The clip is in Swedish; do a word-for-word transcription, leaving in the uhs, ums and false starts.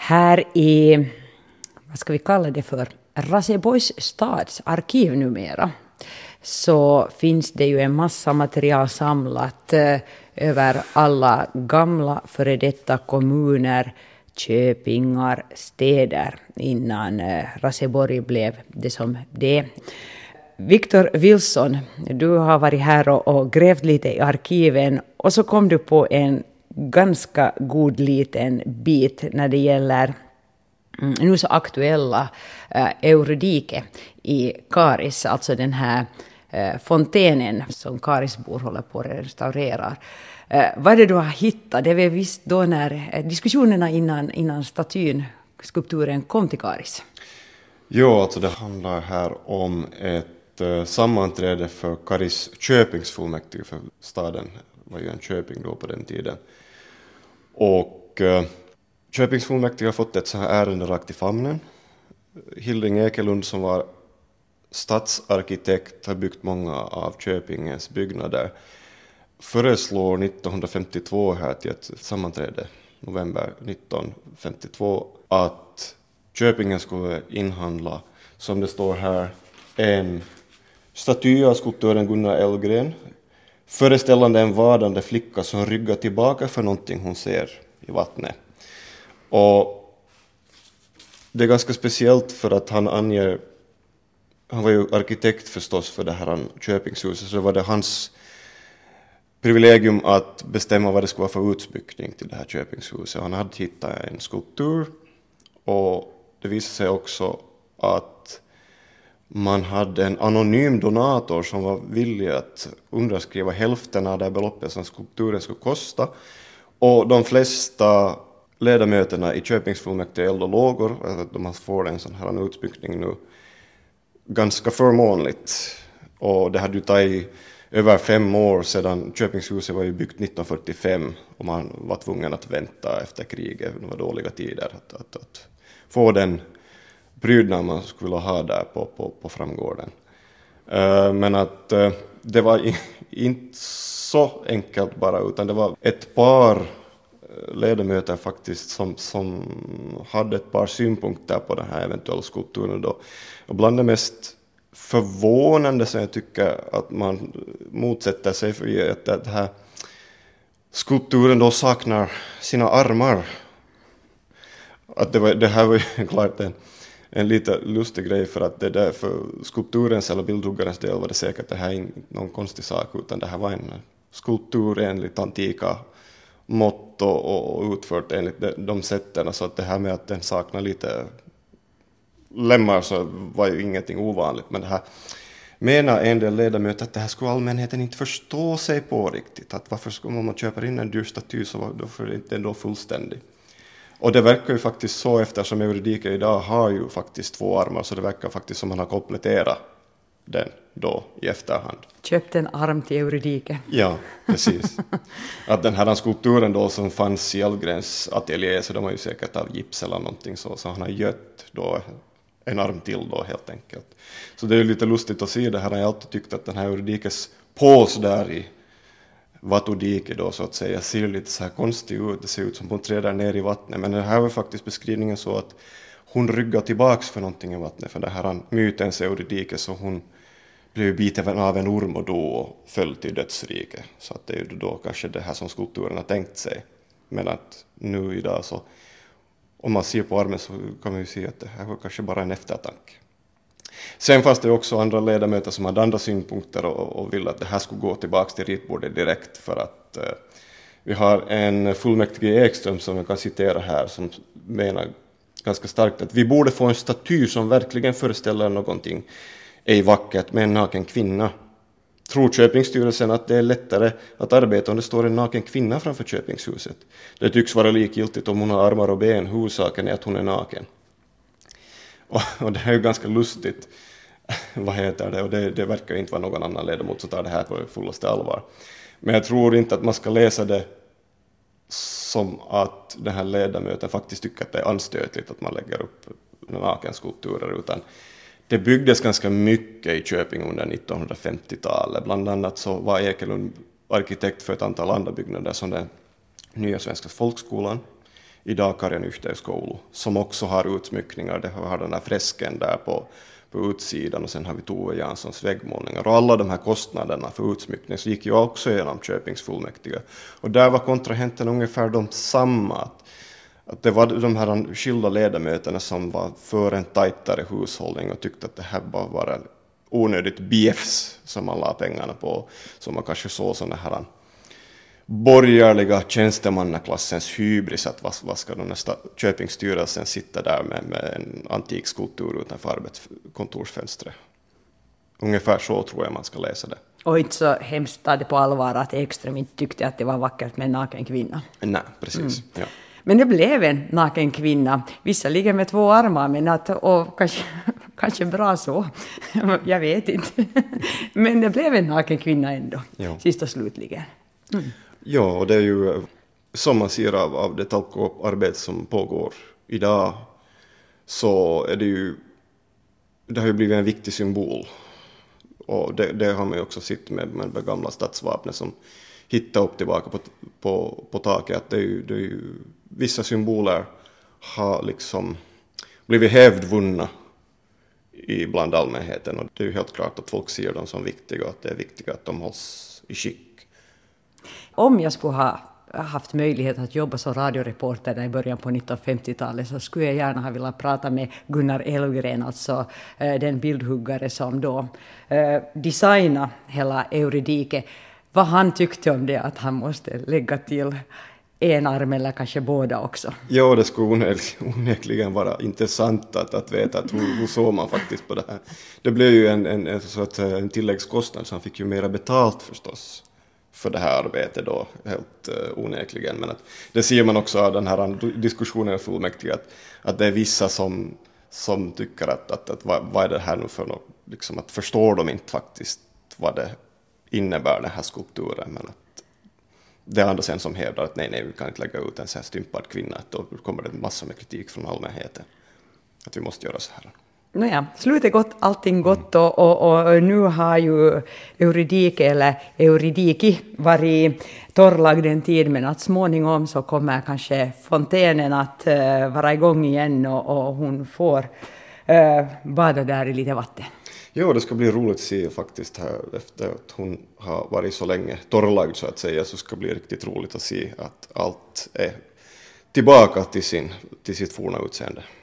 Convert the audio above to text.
Här i, vad ska vi kalla det för, Raseborgs stads arkiv numera, så finns det ju en massa material samlat eh, över alla gamla före detta kommuner, köpingar, städer innan eh, Raseborg blev det som det är. Victor Wilson, du har varit här och, och grävt lite i arkiven och så kom du på en ganska god liten bit när det gäller mm, nu så aktuella eh, Eurydike i Karis, alltså den här eh, fontänen som Karisbor håller på att restaurera. Eh, vad är det du har hittat? Det var visst då när eh, diskussionerna innan, innan statyn, skulpturen kom till Karis. Jo, alltså det handlar här om ett eh, sammanträde för Karis köpingsfullmäktige, för staden var ju en köping då på den tiden. Och eh, köpingsfullmäktige har fått ett så här ärende rakt i famnen. Hilding Ekelund som var stadsarkitekt, har byggt många av Köpingens byggnader, föreslår nittonhundrafemtiotvå här till ett sammanträde, november nittonhundrafemtiotvå, att Köpingen skulle inhandla, som det står här, en staty av skulptören Gunnar Elgren, föreställande en vadande flicka som ryggar tillbaka för någonting hon ser i vattnet. Och det är ganska speciellt för att han anger, han var ju arkitekt förstås för det här Köpingshuset, så var det hans privilegium att bestämma vad det skulle vara för utsmyckning till det här Köpingshuset. Han hade hittat en skulptur och det visade sig också att man hade en anonym donator som var villig att underskriva hälften av det beloppet som skulpturen skulle kosta. Och de flesta ledamöterna i Köpingsfullmäktige eld och lågor, att de får en sån här utsmyckning nu ganska förmånligt. Och det hade ju tagit över fem år sedan. Köpingshuset var ju byggt nittonhundrafyrtiofem och man var tvungen att vänta efter kriget. Det var dåliga tider att, att, att få den prydnad man skulle ha där på, på, på framgården. Uh, men att uh, det var i, inte så enkelt bara, utan det var ett par ledamöter faktiskt som, som hade ett par synpunkter på den här eventuella skulpturen då. Och bland det mest förvånande som jag tycker att man motsätter sig för att det här skulpturen då saknar sina armar. Att det, var, det här var ju klart en, en lite lustig grej, för att det där för skulpturens eller bildhuggarens del var det säkert det här är någon konstig sak, utan det här var en skulptur enligt antika mått och, och utfört enligt de, de sätten, så att det här med att den saknar lite lemmar så var ju ingenting ovanligt, men det här menar en del ledamöter att det här skulle allmänheten inte förstå sig på riktigt, att varför skulle man köpa in en dyr staty så var det inte ändå fullständig. Och det verkar ju faktiskt så, eftersom Eurydike idag har ju faktiskt två armar, så det verkar faktiskt som man har kompletterat den då i efterhand. Köpt en arm till Eurydike. Ja, precis. Att den här skulpturen då som fanns i Elgrens ateljé, så de var ju säkert av gips eller någonting så, så han har gött då en arm till då helt enkelt. Så det är ju lite lustigt att se det här. Jag har alltid tyckt att den här Eurydikes pås där i Vatudike då så att säga ser lite så här konstig ut. Det ser ut som hon träder ner i vattnet, men det här var faktiskt beskrivningen så att hon ryggar tillbaks för någonting i vattnet, för det här mytens Eurydike, så hon blev biten av en orm och då och föll till dödsrike. Så att det är ju då kanske det här som skulpturen har tänkt sig. Men att nu idag så, om man ser på armen så kan man ju se att det här var kanske bara en eftertanke. Sen fanns det också andra ledamöter som hade andra synpunkter och, och ville att det här skulle gå tillbaka till ritbordet direkt, för att eh, vi har en fullmäktige Ekström som jag kan citera här som menar ganska starkt att vi borde få en staty som verkligen föreställer någonting ej vackert med en naken kvinna. Tror Köpingsstyrelsen att det är lättare att arbeta om det står en naken kvinna framför Köpingshuset? Det tycks vara likgiltigt om hon har armar och ben, huvudsaken är att hon är naken. Och, och det är ju ganska lustigt, vad heter det, och det, det verkar inte vara någon annan ledamot som tar det här på fullaste allvar. Men jag tror inte att man ska läsa det som att den här ledamöten faktiskt tycker att det är anstötligt att man lägger upp nakenskulpturer, utan det byggdes ganska mycket i Köping under nittonhundrafemtiotalet. Bland annat så var Ekelund arkitekt för ett antal andra byggnader som den nya Svenska folkskolan idag Karjan yhteiskoulu, som också har utsmyckningar. Det har den där fresken där på, på utsidan och sen har vi Tove Janssons väggmålningar. Och alla de här kostnaderna för utsmyckning så gick ju också genom Köpings fullmäktige. Och där var kontrahenten ungefär de samma. Att, att det var de här skilda ledamöterna som var för en tajtare hushållning och tyckte att det här bara var onödigt bjäfs som man la pengarna på. Så man kanske såg sådana här borgerliga tjänstemannaklassens hybris, att vad, vad ska den nästa Köpingsstyrelsen sitta där med, med en antik skulptur utanför arbetskontorsfönstret. Ungefär så tror jag man ska läsa det. Och inte så hemskt ta det på allvar att Ekström inte tyckte att det var vackert med en naken kvinna. Nej, precis. Mm. Ja. Men det blev en naken kvinna, visserligen med två armar, men att, och kanske, kanske bra så, jag vet inte. Men det blev en naken kvinna ändå, ja. Sist och slutligen. Mm. Ja, och det är ju som man ser av, av det talkoarbete som pågår idag, så är det ju, det har ju blivit en viktig symbol. Och det, det har man ju också sett med, med det gamla stadsvapnet som hittar upp tillbaka på, på, på taket. Att det är ju, det är ju, vissa symboler har liksom blivit hävdvunna i bland allmänheten. Och det är ju helt klart att folk ser dem som viktiga och att det är viktigt att de hålls i skick. Om jag skulle ha haft möjlighet att jobba som radioreporter där i början på nittonhundrafemtiotalet så skulle jag gärna ha velat prata med Gunnar Elfgren, alltså eh, den bildhuggare som då eh, designade hela Eurydike. Vad han tyckte om det, att han måste lägga till en arm eller kanske båda också. Ja, det skulle onekligen vara intressant att, att veta att hur, hur såg man faktiskt på det här. Det blev ju en, en, en, så att, en tilläggskostnad, så han fick ju mera betalt förstås för det här arbetet då, helt uh, onekligen. Men att, det ser man också av den här diskussionen i fullmäktige, att, att det är vissa som, som tycker att, att, att vad, vad är det här nu för något, liksom att förstår de inte faktiskt vad det innebär, den här skulpturen. Men att det är andra sen som hävdar att nej, nej, vi kan inte lägga ut en så här stympad kvinna, att då kommer det massor med kritik från allmänheten. Att vi måste göra så här. Nåja, slutet gott, allting gott, och, och, och nu har ju Eurydike eller Eurydiki varit torrlagd en tid, men att småningom så kommer kanske fontänen att uh, vara igång igen och, och hon får uh, bada där i lite vatten. Ja, det ska bli roligt att se faktiskt här efter att hon har varit så länge torrlagd så att säga, så ska det bli riktigt roligt att se att allt är tillbaka till, sin, till sitt forna utseende.